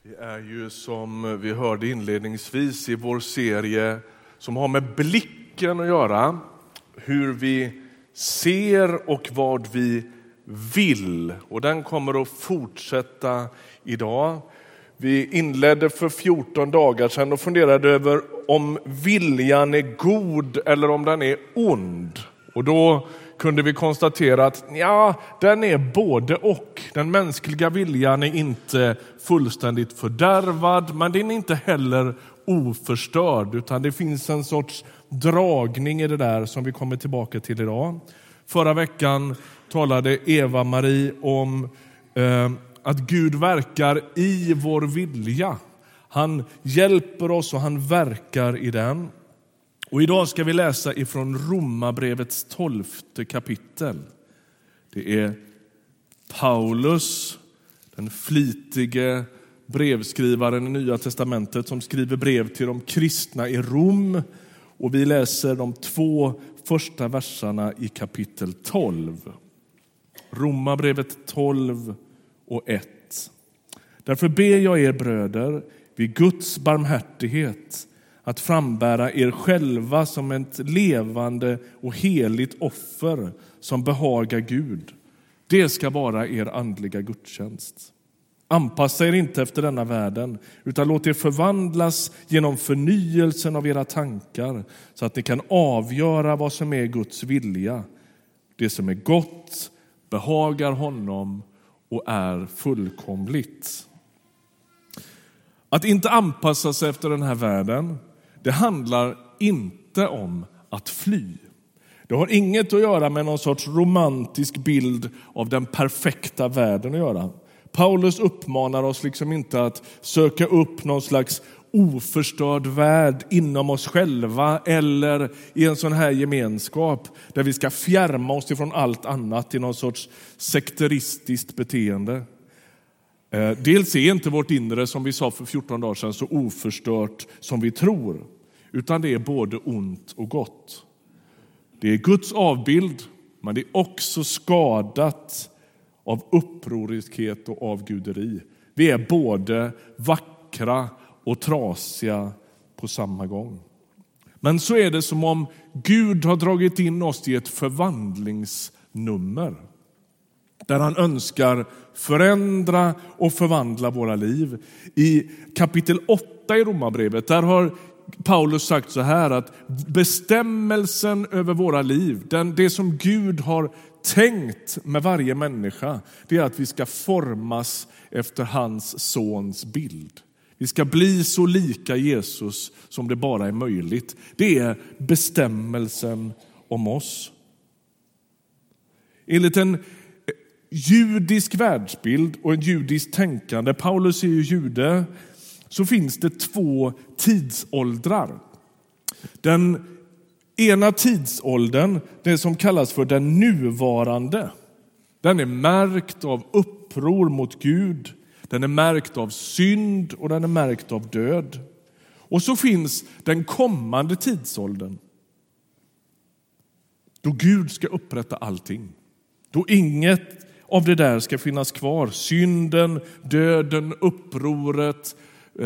Det är ju som vi hörde inledningsvis i vår serie som har med blicken att göra. Hur vi ser och vad vi vill. Och den kommer att fortsätta idag. Vi inledde för 14 dagar sedan och funderade över om viljan är god eller om den är ond. Och då kunde vi konstatera att den är både och. Den mänskliga viljan är inte fullständigt fördärvad, men den är inte heller oförstörd, utan det finns en sorts dragning i det där som vi kommer tillbaka till idag. Förra veckan talade Eva-Marie om att Gud verkar i vår vilja. Han hjälper oss och han verkar i den. Och idag ska vi läsa ifrån Romarbrevets 12:e kapitel. Det är Paulus, den flitige brevskrivaren i Nya testamentet, som skriver brev till de kristna i Rom. Och vi läser de 2 första verserna i kapitel 12. Romarbrevet 12:1. Därför ber jag er bröder vid Guds barmhärtighet att frambära er själva som ett levande och heligt offer som behagar Gud. Det ska vara er andliga gudstjänst. Anpassa er inte efter denna världen, utan låt er förvandlas genom förnyelsen av era tankar så att ni kan avgöra vad som är Guds vilja. Det som är gott, behagar honom och är fullkomligt. Att inte anpassa sig efter den här världen, det handlar inte om att fly. Det har inget att göra med någon sorts romantisk bild av den perfekta världen att göra. Paulus uppmanar oss liksom inte att söka upp någon slags oförstörd värld inom oss själva eller i en sån här gemenskap där vi ska fjärma oss ifrån allt annat i någon sorts sekteristiskt beteende. Dels är inte vårt inre, som vi sa för 14 dagar sedan, så oförstört som vi tror, utan det är både ont och gott. Det är Guds avbild, men det är också skadat av upproriskhet och avguderi. Vi är både vackra och trasiga på samma gång. Men så är det som om Gud har dragit in oss i ett förvandlingsnummer där han önskar förändra och förvandla våra liv. I kapitel 8 i Romarbrevet, där har Paulus sagt så här att bestämmelsen över våra liv, det som Gud har tänkt med varje människa, det är att vi ska formas efter hans sons bild. Vi ska bli så lika Jesus som det bara är möjligt. Det är bestämmelsen om oss. Enligt en judisk världsbild och en judisk tänkande, Paulus är ju jude, så finns det 2 tidsåldrar. Den ena tidsåldern, det som kallas för den nuvarande, den är märkt av uppror mot Gud, den är märkt av synd och den är märkt av död. Och så finns den kommande tidsåldern, då Gud ska upprätta allting. Då inget av det där ska finnas kvar. Synden, döden, upproret,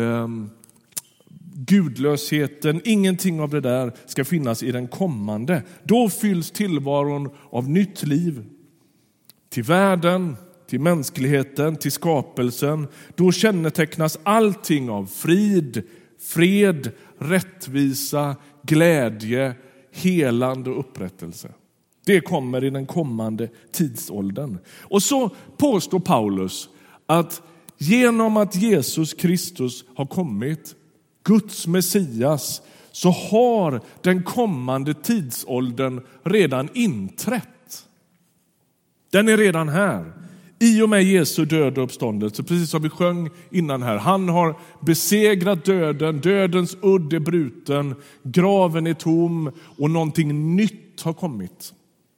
gudlösheten, ingenting av det där ska finnas i den kommande. Då fylls tillvaron av nytt liv. Till världen, till mänskligheten, till skapelsen. Då kännetecknas allting av fred, rättvisa, glädje, helande och upprättelse. Det kommer i den kommande tidsåldern. Och så påstår Paulus att genom att Jesus Kristus har kommit, Guds Messias, så har den kommande tidsåldern redan inträtt. Den är redan här. I och med Jesu död och uppståndelse, precis som vi sjöng innan här. Han har besegrat döden, dödens udd är bruten, graven är tom och någonting nytt har kommit.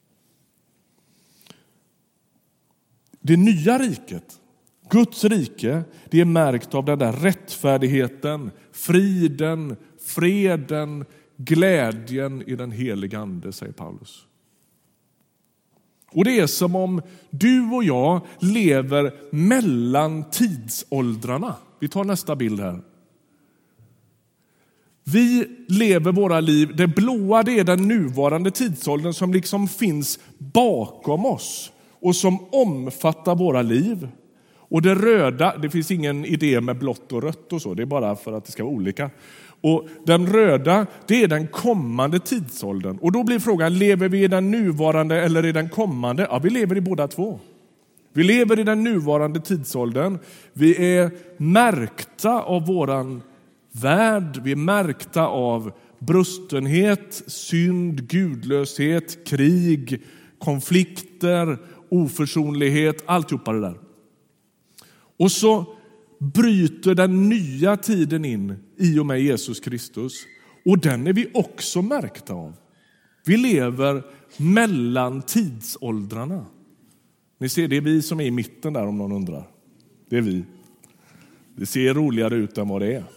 Det nya riket, Guds rike, det är märkt av den där rättfärdigheten, friden, freden, glädjen i den heliga ande, säger Paulus. Och det är som om du och jag lever mellan tidsåldrarna. Vi tar nästa bild här. Vi lever våra liv, det blåa det är den nuvarande tidsåldern som liksom finns bakom oss och som omfattar våra liv. Och det röda, det finns ingen idé med blått och rött och så, det är bara för att det ska vara olika. Och den röda, det är den kommande tidsåldern. Och då blir frågan, lever vi i den nuvarande eller i den kommande? Ja, vi lever i båda två. Vi lever i den nuvarande tidsåldern. Vi är märkta av våran värld. Vi är märkta av brustenhet, synd, gudlöshet, krig, konflikter, oförsonlighet, alltihopa det där. Och så bryter den nya tiden in i och med Jesus Kristus. Och den är vi också märkta av. Vi lever mellan tidsåldrarna. Ni ser, det är vi som är i mitten där om någon undrar. Det är vi. Det ser roligare ut än vad det är.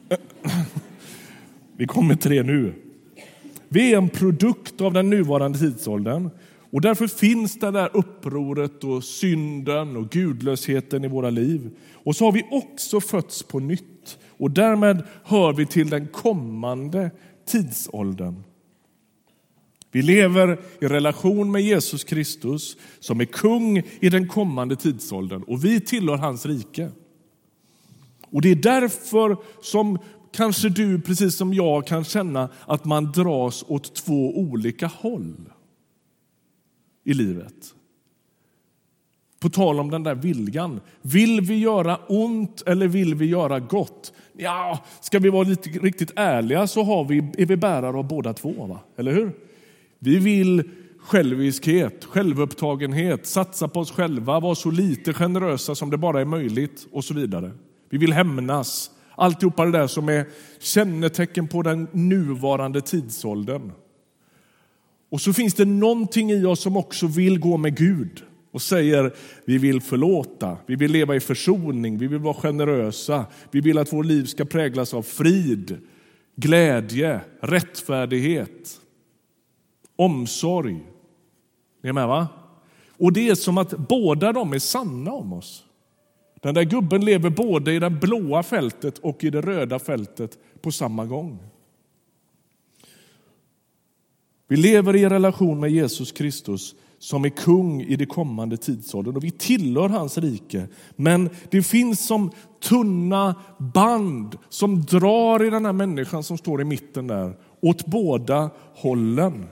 Vi kommer till det nu. Vi är en produkt av den nuvarande tidsåldern. Och därför finns det där upproret och synden och gudlösheten i våra liv. Och så har vi också fötts på nytt. Och därmed hör vi till den kommande tidsåldern. Vi lever i relation med Jesus Kristus som är kung i den kommande tidsåldern. Och vi tillhör hans rike. Och det är därför som kanske du, precis som jag, kan känna att man dras åt två olika håll i livet. På tal om den där viljan. Vill vi göra ont eller vill vi göra gott? Ja, ska vi vara lite riktigt ärliga så är vi bärare av båda två, va? Eller hur? Vi vill själviskhet, självupptagenhet, satsa på oss själva, vara så lite generösa som det bara är möjligt och så vidare. Vi vill hämnas. Alltihopa det där som är kännetecken på den nuvarande tidsåldern. Och så finns det någonting i oss som också vill gå med Gud och säger vi vill förlåta, vi vill leva i försoning, vi vill vara generösa, vi vill att vår liv ska präglas av frid, glädje, rättfärdighet, omsorg. Ni är med, va? Och det är som att båda de är sanna om oss. Den där gubben lever både i det blåa fältet och i det röda fältet på samma gång. Vi lever i relation med Jesus Kristus som är kung i det kommande tidsåldern. Och vi tillhör hans rike. Men det finns som tunna band som drar i den här människan som står i mitten där. Åt båda hållen.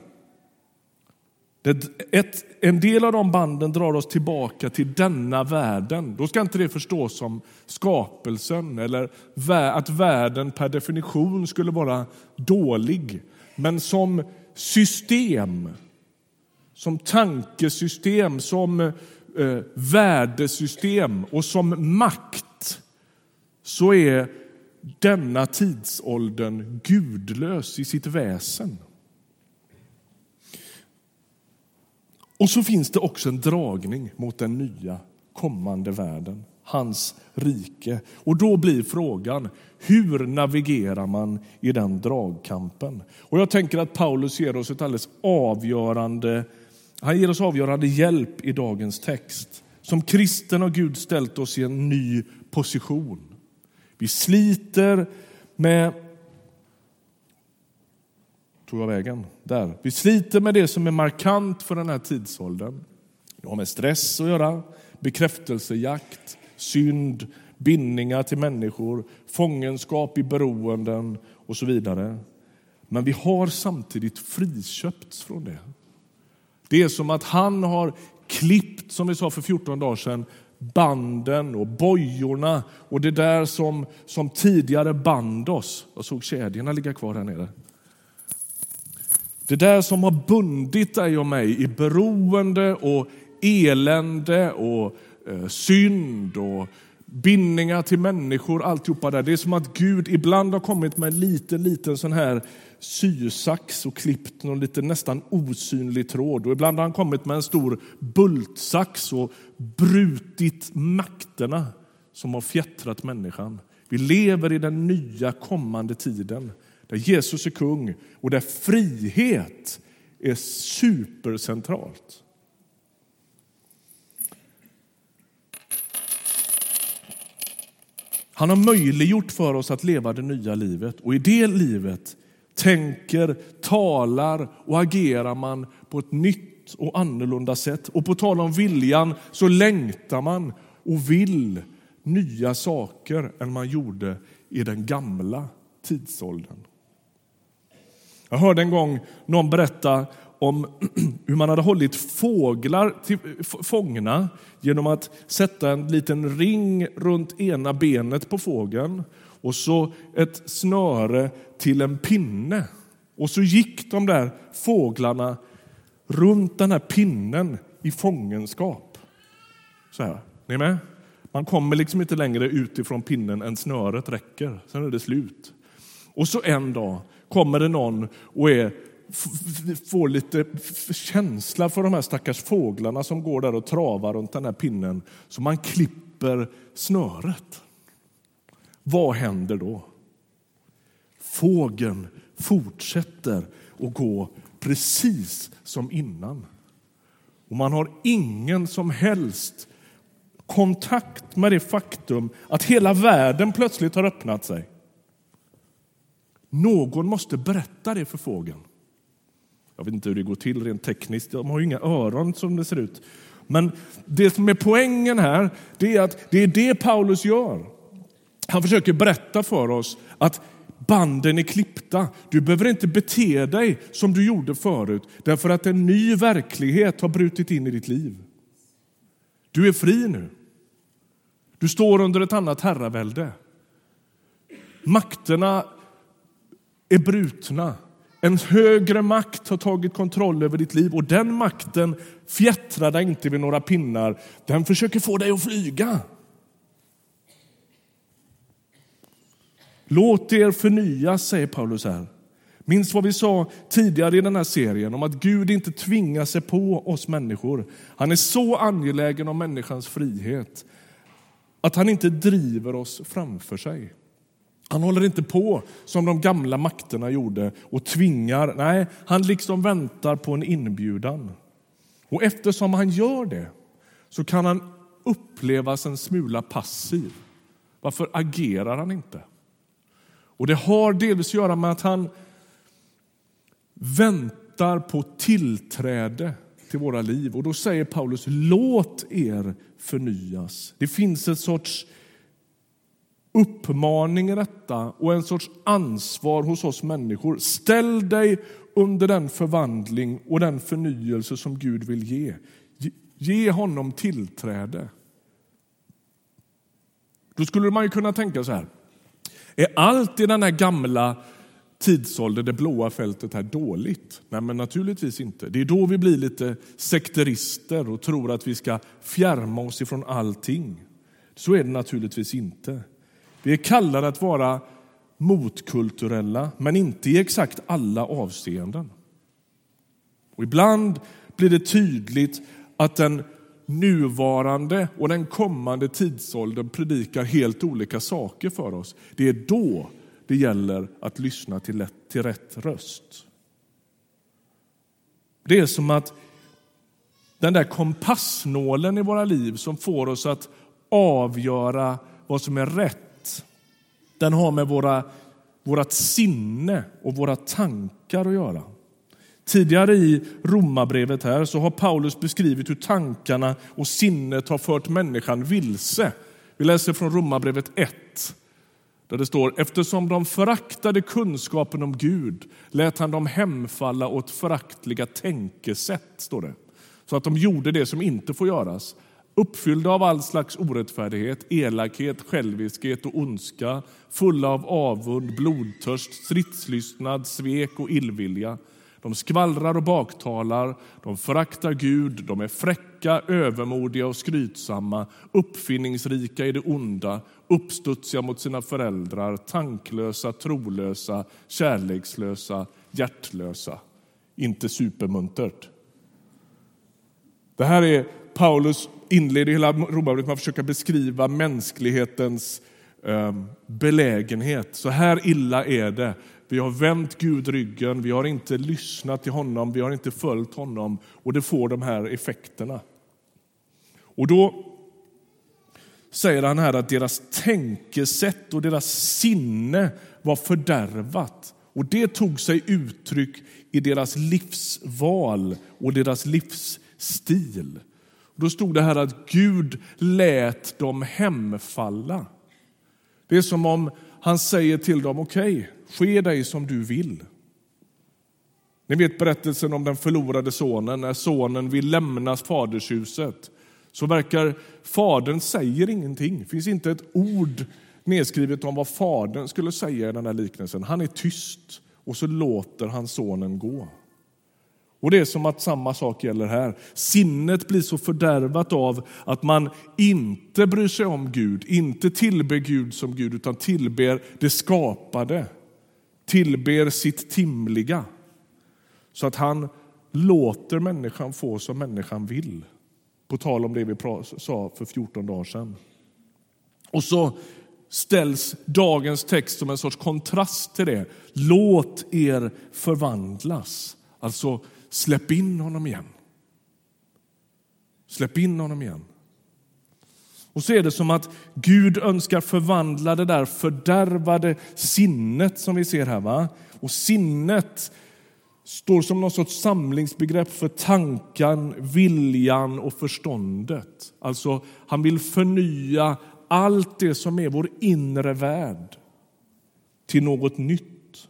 En del av de banden drar oss tillbaka till denna världen. Då ska inte det förstås som skapelsen eller att världen per definition skulle vara dålig. Men som system, som tankesystem, som värdesystem och som makt så är denna tidsåldern gudlös i sitt väsen. Och så finns det också en dragning mot den nya kommande världen, hans rike. Och då blir frågan, hur navigerar man i den dragkampen? Och jag tänker att Paulus ger oss ett alldeles avgörande hjälp i dagens text. Som kristen har Gud ställt oss i en ny position. Vi sliter med Vi sliter med det som är markant för den här tidsåldern. Det har med stress att göra, bekräftelsejakt, synd, bindningar till människor, fångenskap i beroenden och så vidare. Men vi har samtidigt friköpts från det. Det är som att han har klippt, som vi sa för 14 dagar sedan, banden och bojorna och det där som tidigare band oss. Jag såg kedjorna ligga kvar här nere. Det där som har bundit dig och mig i beroende och elände och synd och bindningar till människor, alltihopa där. Det är som att Gud ibland har kommit med en liten sån här sysax och klippt någon lite nästan osynlig tråd. Och ibland har han kommit med en stor bultsax och brutit makterna som har fjättrat människan. Vi lever i den nya kommande tiden där Jesus är kung och där frihet är supercentralt. Han har möjliggjort för oss att leva det nya livet. Och i det livet tänker, talar och agerar man på ett nytt och annorlunda sätt. Och på tal om viljan så längtar man och vill nya saker än man gjorde i den gamla tidsåldern. Jag hörde en gång någon berätta om hur man hade hållit fåglar fångna genom att sätta en liten ring runt ena benet på fågeln och så ett snöre till en pinne. Och så gick de där fåglarna runt den här pinnen i fångenskap. Så här, ni är med? Man kommer liksom inte längre utifrån pinnen än snöret räcker. Sen är det slut. Och så en dag kommer det någon och får lite känsla för de här stackars fåglarna som går där och travar runt den här pinnen. Så man klipper snöret. Vad händer då? Fågeln fortsätter att gå precis som innan. Och man har ingen som helst kontakt med det faktum att hela världen plötsligt har öppnat sig. Någon måste berätta det för fågeln. Jag vet inte hur det går till rent tekniskt. De har ju inga öron som det ser ut. Men det som är poängen här, det är att det är det Paulus gör. Han försöker berätta för oss att banden är klippta. Du behöver inte bete dig som du gjorde förut. Därför att en ny verklighet har brutit in i ditt liv. Du är fri nu. Du står under ett annat herravälde. Makterna är brutna. En högre makt har tagit kontroll över ditt liv. Och den makten fjättrar dig inte vid några pinnar. Den försöker få dig att flyga. Låt er förnyas, säger Paulus här. Minns vad vi sa tidigare i den här serien om att Gud inte tvingar sig på oss människor. Han är så angelägen om människans frihet att han inte driver oss framför sig. Han håller inte på som de gamla makterna gjorde och tvingar. Nej, han liksom väntar på en inbjudan. Och eftersom han gör det så kan han upplevas en smula passiv. Varför agerar han inte? Och det har delvis att göra med att han väntar på tillträde till våra liv. Och då säger Paulus, låt er förnyas. Det finns en sorts uppmaning i detta och en sorts ansvar hos oss människor. Ställ dig under den förvandling och den förnyelse som Gud vill ge. Ge honom tillträde. Då skulle man ju kunna tänka så här. Är allt i den här gamla tidsåldern, det blåa fältet här, dåligt? Nej, men naturligtvis inte. Det är då vi blir lite sekterister och tror att vi ska fjärma oss ifrån allting. Så är det naturligtvis inte. Vi är kallade att vara motkulturella, men inte i exakt alla avseenden. Och ibland blir det tydligt att den nuvarande och den kommande tidsåldern predikar helt olika saker för oss. Det är då det gäller att lyssna till rätt röst. Det är som att den där kompassnålen i våra liv som får oss att avgöra vad som är rätt, den har med vårat sinne och våra tankar att göra. Tidigare i Romarbrevet här så har Paulus beskrivit hur tankarna och sinnet har fört människan vilse. Vi läser från Romarbrevet 1 där det står: eftersom de föraktade kunskapen om Gud lät han dem hemfalla åt föraktliga tänkesätt, står det. Så att de gjorde det som inte får göras. Uppfyllda av all slags orättfärdighet, elakhet, själviskhet och ondska, fulla av avund, blodtörst, stridslystnad, svek och illvilja. De skvallrar och baktalar, de föraktar Gud, de är fräcka, övermodiga och skrytsamma, uppfinningsrika i det onda, uppstudsiga mot sina föräldrar, tanklösa, trolösa, kärlekslösa, hjärtlösa. Inte supermuntert. Det här är Paulus inleder hela Romarbrevet med att försöka beskriva mänsklighetens belägenhet. Så här illa är det. Vi har vänt Gud ryggen, vi har inte lyssnat till honom, vi har inte följt honom, och det får de här effekterna. Och då säger han här att deras tänkesätt och deras sinne var fördärvat. Och det tog sig uttryck i deras livsval och deras livsstil. Då stod det här att Gud lät dem hemfalla. Det är som om han säger till dem, okej, ske dig som du vill. Ni vet berättelsen om den förlorade sonen. När sonen vill lämna fadershuset så verkar fadern säger ingenting. Det finns inte ett ord nedskrivet om vad fadern skulle säga i den här liknelsen. Han är tyst och så låter han sonen gå. Och det är som att samma sak gäller här. Sinnet blir så fördärvat av att man inte bryr sig om Gud, inte tillber Gud som Gud, utan tillber det skapade, tillber sitt timliga. Så att han låter människan få som människan vill. På tal om det vi sa för 14 dagar sedan. Och så ställs dagens text som en sorts kontrast till det. Låt er förvandlas. Alltså släpp in honom igen. Släpp in honom igen. Och så är det som att Gud önskar förvandla det där fördärvade sinnet som vi ser här. Va? Och sinnet står som någon sorts samlingsbegrepp för tanken, viljan och förståndet. Alltså han vill förnya allt det som är vår inre värld till något nytt.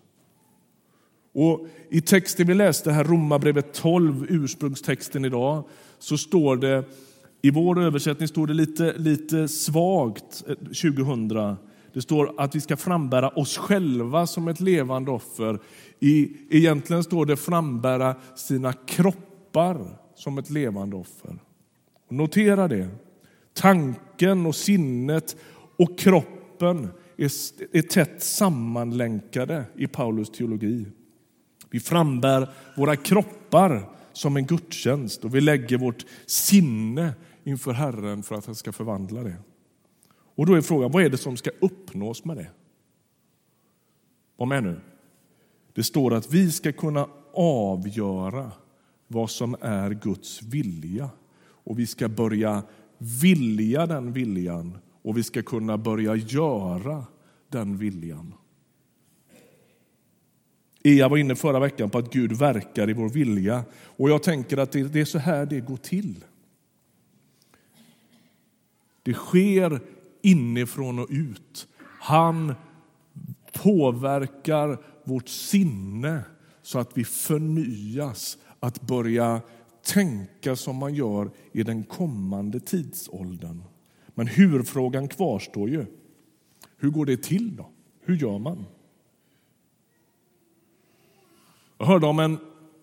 Och i texten vi läste här, Romarbrevet 12, ursprungstexten idag, så står det, i vår översättning står det lite svagt 2000. Det står att vi ska frambära oss själva som ett levande offer. Egentligen står det frambära sina kroppar som ett levande offer. Och notera det. Tanken och sinnet och kroppen är tätt sammanlänkade i Paulus teologi. Vi frambär våra kroppar som en gudstjänst och vi lägger vårt sinne inför Herren för att han ska förvandla det. Och då är frågan, vad är det som ska uppnås med det? Vad med nu? Det står att vi ska kunna avgöra vad som är Guds vilja. Och vi ska börja vilja den viljan. Och vi ska kunna börja göra den viljan. Jag var inne förra veckan på att Gud verkar i vår vilja. Och jag tänker att det är så här det går till. Det sker inifrån och ut. Han påverkar vårt sinne så att vi förnyas att börja tänka som man gör i den kommande tidsåldern. Men hur-frågan kvarstår ju. Hur går det till då? Hur gör man? Jag hörde om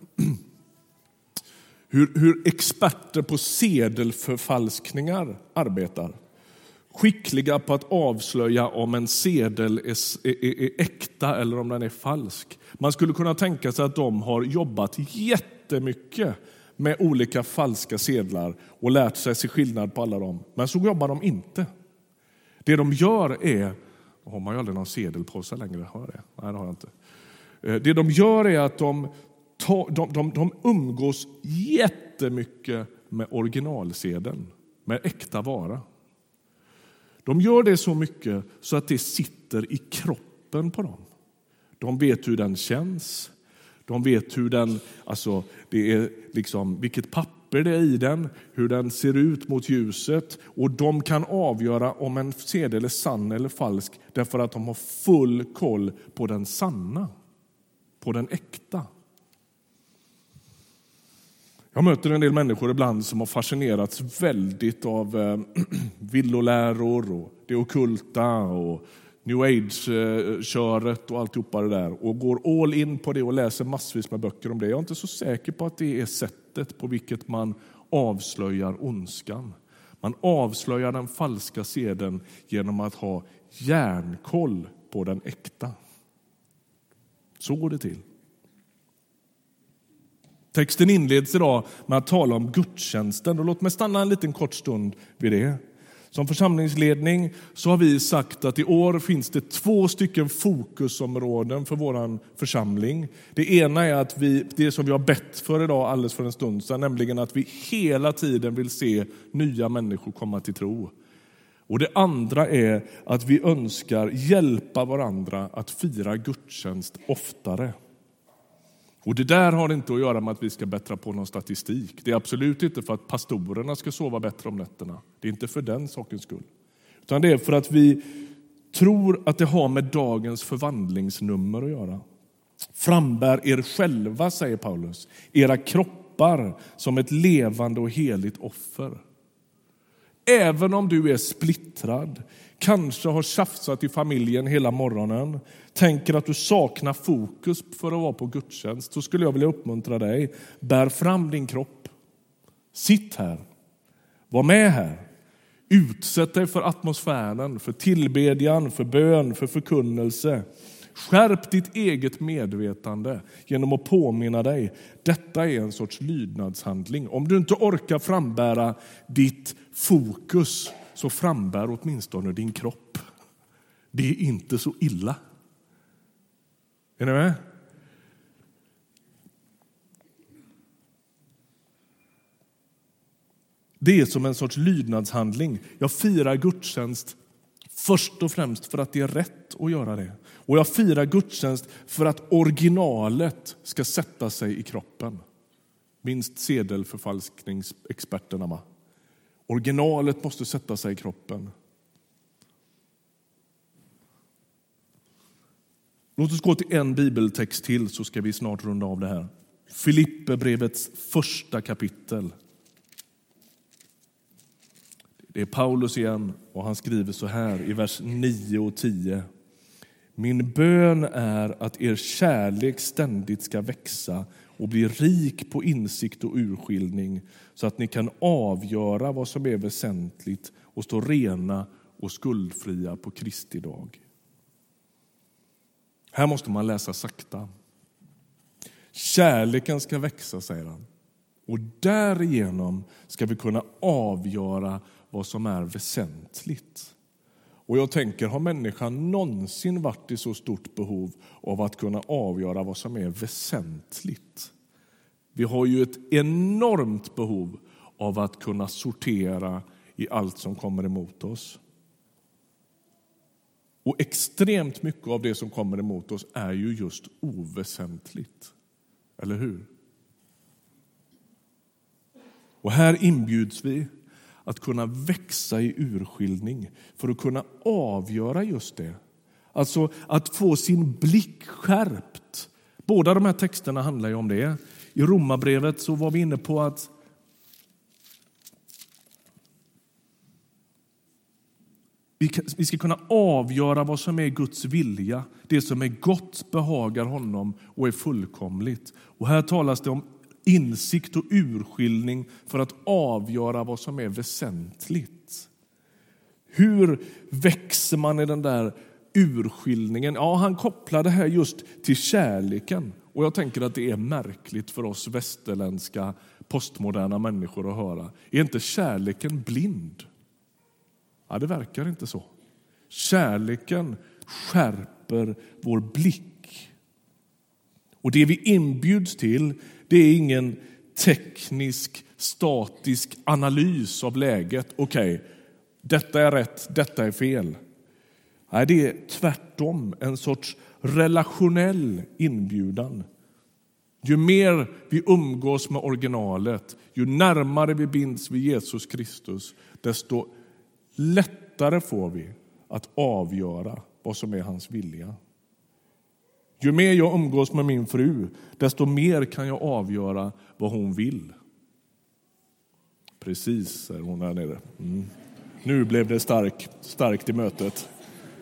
hur experter på sedelförfalskningar arbetar. Skickliga på att avslöja om en sedel är äkta eller om den är falsk. Man skulle kunna tänka sig att de har jobbat jättemycket med olika falska sedlar och lärt sig se skillnad på alla dem. Men så jobbar de inte. Det de gör är, har man ju aldrig någon sedel på sig längre, har det? Nej, det har jag inte. Det de gör är att de umgås jättemycket med originalsedeln, med äkta vara. De gör det så mycket så att det sitter i kroppen på dem. De vet hur den känns. De vet hur den, alltså det är liksom vilket papper det är i den, hur den ser ut mot ljuset, och de kan avgöra om en sedel är sann eller falsk därför att de har full koll på den sanna, på den äkta. Jag möter en del människor ibland som har fascinerats väldigt av villoläror och det ockulta och New Age-köret och alltihopa det där. Och går all in på det och läser massvis med böcker om det. Jag är inte så säker på att det är sättet på vilket man avslöjar ondskan. Man avslöjar den falska seden genom att ha järnkoll på den äkta. Så går det till. Texten inleds idag med att tala om gudstjänsten. Och låt mig stanna en liten kort stund vid det. Som församlingsledning så har vi sagt att i år finns det 2 fokusområden för vår församling. Det ena är att det som vi har bett för idag alldeles för en stund sedan, nämligen att vi hela tiden vill se nya människor komma till tro. Och det andra är att vi önskar hjälpa varandra att fira gudstjänst oftare. Och det där har inte att göra med att vi ska bättra på någon statistik. Det är absolut inte för att pastorerna ska sova bättre om nätterna. Det är inte för den sakens skull. Utan det är för att vi tror att det har med dagens förvandlingsnummer att göra. Frambär er själva, säger Paulus, era kroppar som ett levande och heligt offer. Även om du är splittrad, kanske har tjafsat i familjen hela morgonen, tänker att du saknar fokus för att vara på gudstjänst, så skulle jag vilja uppmuntra dig. Bär fram din kropp. Sitt här. Var med här. Utsätt dig för atmosfären, för tillbedjan, för bön, för förkunnelse. Skärp ditt eget medvetande genom att påminna dig. Detta är en sorts lydnadshandling. Om du inte orkar frambära ditt fokus, så frambär åtminstone din kropp. Det är inte så illa. Är ni med? Det är som en sorts lydnadshandling. Jag firar gudstjänst först och främst för att det är rätt att göra det. Och jag firar gudstjänst för att originalet ska sätta sig i kroppen. Minst sedelförfalskningsexperterna, va? Originalet måste sätta sig i kroppen. Låt oss gå till en bibeltext till, så ska vi snart runda av det här. Filipperbrevets första kapitel. Det är Paulus igen, och han skriver så här i vers 9 och 10. Min bön är att er kärlek ständigt ska växa och bli rik på insikt och urskiljning, så att ni kan avgöra vad som är väsentligt och stå rena och skuldfria på Kristi dag. Här måste man läsa sakta. Kärleken ska växa, säger han. Och därigenom ska vi kunna avgöra vad som är väsentligt. Och jag tänker, har människan någonsin varit i så stort behov av att kunna avgöra vad som är väsentligt? Vi har ju ett enormt behov av att kunna sortera i allt som kommer emot oss. Och extremt mycket av det som kommer emot oss är ju just oväsentligt. Eller hur? Och här inbjuds vi att kunna växa i urskiljning för att kunna avgöra just det. Alltså att få sin blick skärpt. Båda de här texterna handlar ju om det. I Romarbrevet så var vi inne på att vi ska kunna avgöra vad som är Guds vilja. Det som är gott behagar honom och är fullkomligt. Och här talas det om insikt och urskiljning för att avgöra vad som är väsentligt. Hur växer man i den där urskiljningen? Ja, han kopplar det här just till kärleken. Och jag tänker att det är märkligt för oss västerländska postmoderna människor att höra. Är inte kärleken blind? Ja, det verkar inte så. Kärleken skärper vår blick. Och det vi inbjuds till, det är ingen teknisk, statisk analys av läget. Okej, detta är rätt, detta är fel. Nej, det är tvärtom en sorts relationell inbjudan. Ju mer vi umgås med originalet, ju närmare vi binds vid Jesus Kristus, desto lättare får vi att avgöra vad som är hans vilja. Ju mer jag umgås med min fru, desto mer kan jag avgöra vad hon vill. Precis, säger hon där nere. Nu blev det starkt i mötet.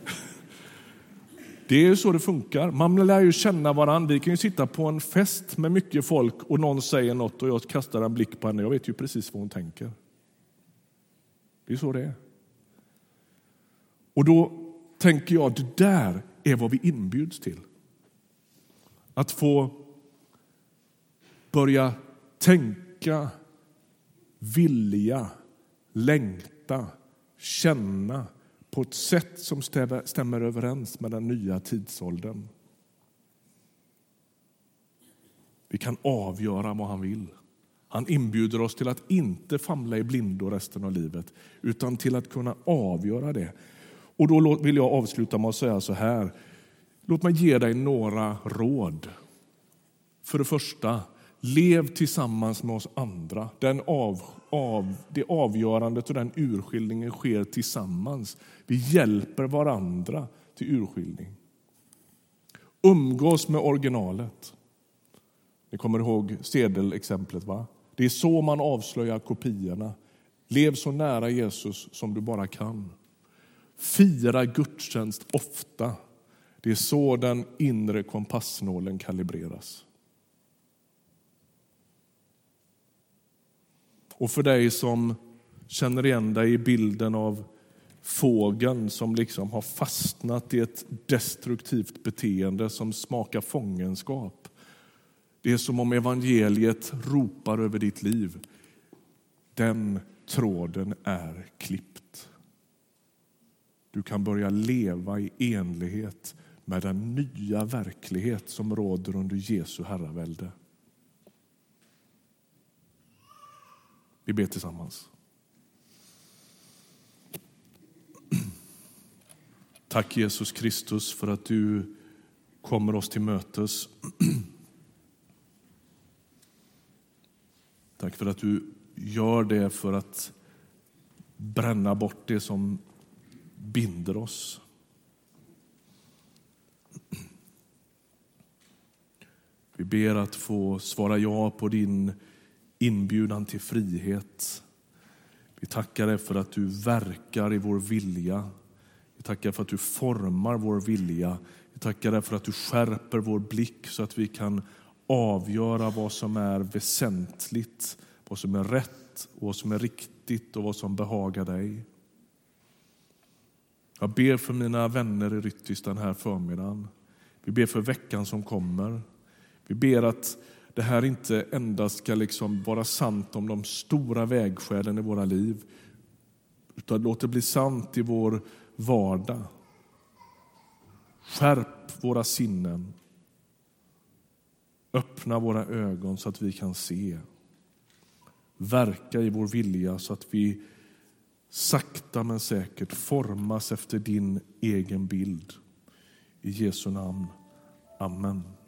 Det är ju så det funkar. Man lär ju känna varandra. Vi kan ju sitta på en fest med mycket folk och någon säger något och jag kastar en blick på henne. Jag vet ju precis vad hon tänker. Det är så det är. Och då tänker jag, det där är vad vi inbjuds till. Att få börja tänka, vilja, längta, känna på ett sätt som stämmer överens med den nya tidsåldern. Vi kan avgöra vad han vill. Han inbjuder oss till att inte famla i blindo resten av livet, utan till att kunna avgöra det. Och då vill jag avsluta med att säga så här. Låt mig ge dig några råd. För det första, lev tillsammans med oss andra. Det avgörandet och den urskiljningen sker tillsammans. Vi hjälper varandra till urskiljning. Umgås med originalet. Ni kommer ihåg sedelexemplet, va? Det är så man avslöjar kopiorna. Lev så nära Jesus som du bara kan. Fira gudstjänst ofta. Det är så den inre kompassnålen kalibreras. Och för dig som känner igen dig i bilden av fågeln som liksom har fastnat i ett destruktivt beteende som smakar fångenskap. Det är som om evangeliet ropar över ditt liv. Den tråden är klippt. Du kan börja leva i enlighet med den nya verklighet som råder under Jesu herravälde. Vi ber tillsammans. Tack Jesus Kristus för att du kommer oss till mötes. Tack för att du gör det för att bränna bort det som binder oss. Vi ber att få svara ja på din inbjudan till frihet. Vi tackar dig för att du verkar i vår vilja. Vi tackar för att du formar vår vilja. Vi tackar dig för att du skärper vår blick så att vi kan avgöra vad som är väsentligt, vad som är rätt och vad som är riktigt och vad som behagar dig. Jag ber för mina vänner i Ryttis den här förmiddagen. Vi ber för veckan som kommer. Vi ber att det här inte endast ska liksom vara sant om de stora vägskälen i våra liv, utan låt det bli sant i vår vardag. Skärp våra sinnen. Öppna våra ögon så att vi kan se. Verka i vår vilja så att vi sakta men säkert formas efter din egen bild. I Jesu namn. Amen.